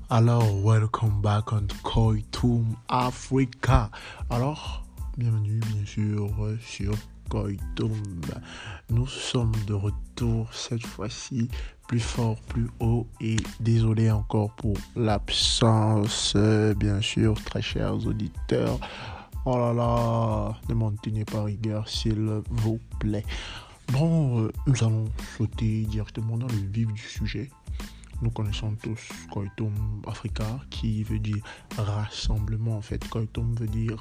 Alors, welcome back on Koitum Africa. Alors, bienvenue bien sûr sur Koitum. Nous sommes de retour cette fois-ci, plus fort, plus haut, et désolé encore pour l'absence, bien sûr, très chers auditeurs. Oh là là, ne m'en tenez pas rigueur s'il vous plaît. Bon, nous allons sauter directement dans le vif du sujet. Nous connaissons tous Koitum Africa, qui veut dire rassemblement. En fait, Koitum veut dire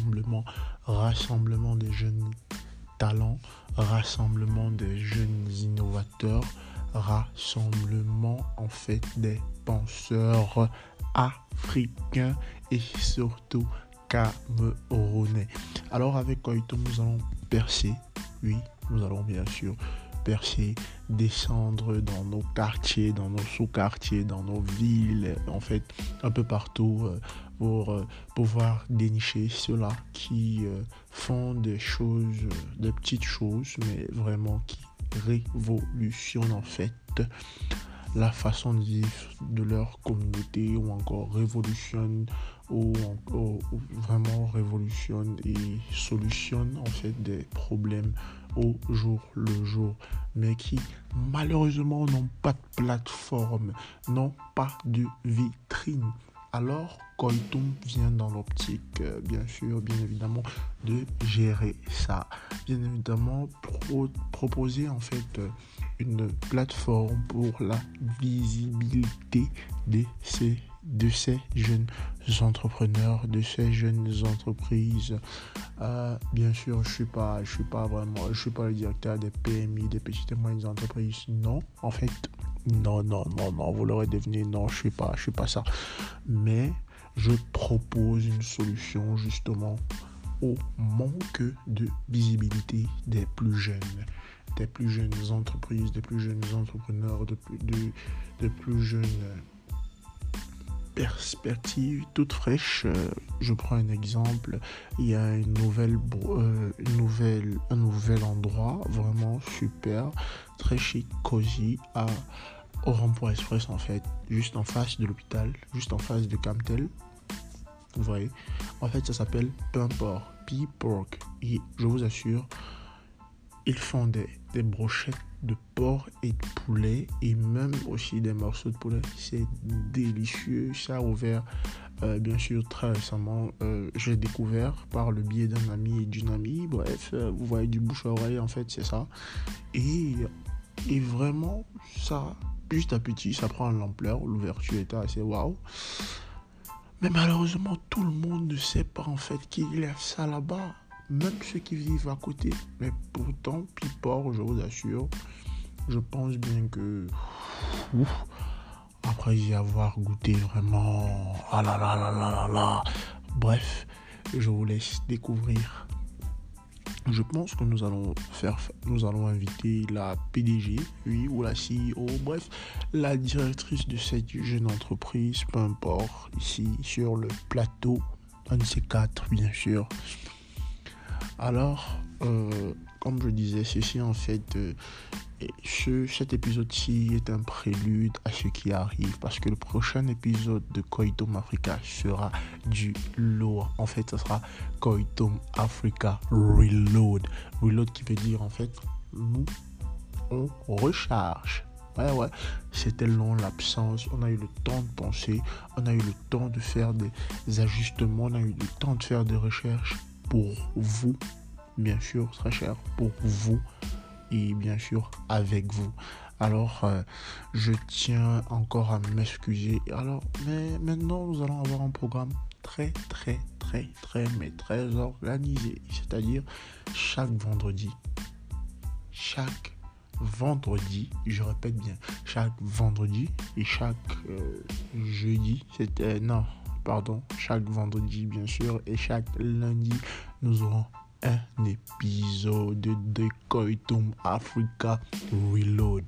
rassemblement des jeunes talents, rassemblement des jeunes innovateurs, rassemblement en fait des penseurs africains et surtout camerounais. Alors avec Koitum, nous allons percer, oui, nous allons bien sûr percer, descendre dans nos quartiers, dans nos sous-quartiers, dans nos villes, en fait, un peu partout pour pouvoir dénicher ceux-là qui font des choses, des petites choses, mais vraiment qui révolutionnent en fait la façon de vivre de leur communauté, ou encore révolutionne ou vraiment révolutionne et solutionne en fait des problèmes au jour le jour, mais qui malheureusement n'ont pas de plateforme, n'ont pas de vitrine. Alors, Koitum vient dans l'optique, bien sûr, bien évidemment, de gérer ça. Bien évidemment, proposer en fait une plateforme pour la visibilité de ces jeunes entrepreneurs, de ces jeunes entreprises. Bien sûr, je suis pas le directeur des PMI, des petites et moyennes entreprises. Non, en fait, non, vous l'aurez deviné, non, je suis pas ça. Mais je propose une solution justement au manque de visibilité des plus jeunes entreprises, des plus jeunes entrepreneurs, de plus jeunes perspectives toutes fraîches. Je prends un exemple. Il y a un nouvel endroit vraiment super, très chic, cosy, au Rond-Point Express en fait, juste en face de l'hôpital, juste en face de Camtel. Vous voyez, en fait ça s'appelle Pimport, P-Pork, et je vous assure, ils font des brochettes de porc et de poulet, et même aussi des morceaux de poulet. C'est délicieux. Ça a ouvert bien sûr très récemment. J'ai découvert par le biais d'un ami et d'une amie. Bref, vous voyez, du bouche à oreille en fait, c'est ça. Et vraiment, ça, petit à petit, ça prend l'ampleur. L'ouverture était assez waouh. Mais malheureusement, tout le monde ne sait pas en fait qu'il y a ça là-bas. Même ceux qui vivent à côté. Mais pourtant, Piport, je vous assure, je pense bien que après y avoir goûté vraiment, ah là là là là là là, bref, je vous laisse découvrir. Je pense que nous allons inviter la PDG, oui, ou la CEO, bref, la directrice de cette jeune entreprise, peu importe, ici sur le plateau, un de ces quatre, bien sûr. Alors, comme je disais, ceci en fait, cet épisode-ci est un prélude à ce qui arrive, parce que le prochain épisode de Koitum Africa sera du lourd. En fait, ce sera Koitum Africa Reload. Reload qui veut dire en fait, nous, on recharge. Ouais, c'était long l'absence, on a eu le temps de penser, on a eu le temps de faire des ajustements, on a eu le temps de faire des recherches pour vous, bien sûr, très cher, pour vous et bien sûr avec vous. Alors, je tiens encore à m'excuser. Alors, mais maintenant, nous allons avoir un programme très organisé. C'est-à-dire, chaque vendredi, je répète bien, chaque vendredi et chaque jeudi, chaque vendredi bien sûr, et chaque lundi, nous aurons un épisode de Koitum Africa Reload.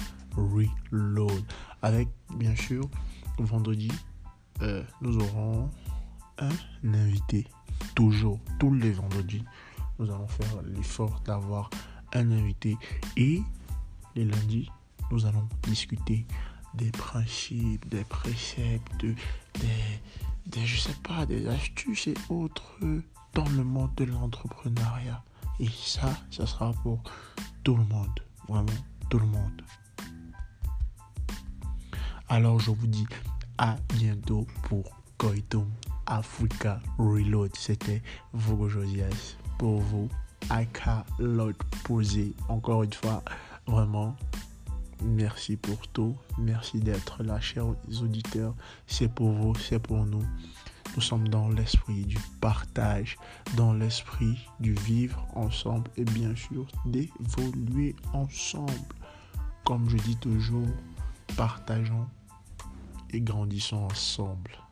Avec bien sûr, vendredi, nous aurons un invité. Toujours, tous les vendredis, nous allons faire l'effort d'avoir un invité, et les lundis, nous allons discuter des principes, des préceptes, je sais pas, des astuces et autres dans le monde de l'entrepreneuriat. Et ça sera pour tout le monde, vraiment tout le monde. Alors je vous dis à bientôt pour Koitum Africa Reload. C'était Vogo Josias pour vous. Aka Lot posé. Encore une fois, vraiment, merci pour tout. Merci d'être là, chers auditeurs. C'est pour vous, c'est pour nous. Nous sommes dans l'esprit du partage, dans l'esprit du vivre ensemble et bien sûr d'évoluer ensemble. Comme je dis toujours, partageons et grandissons ensemble.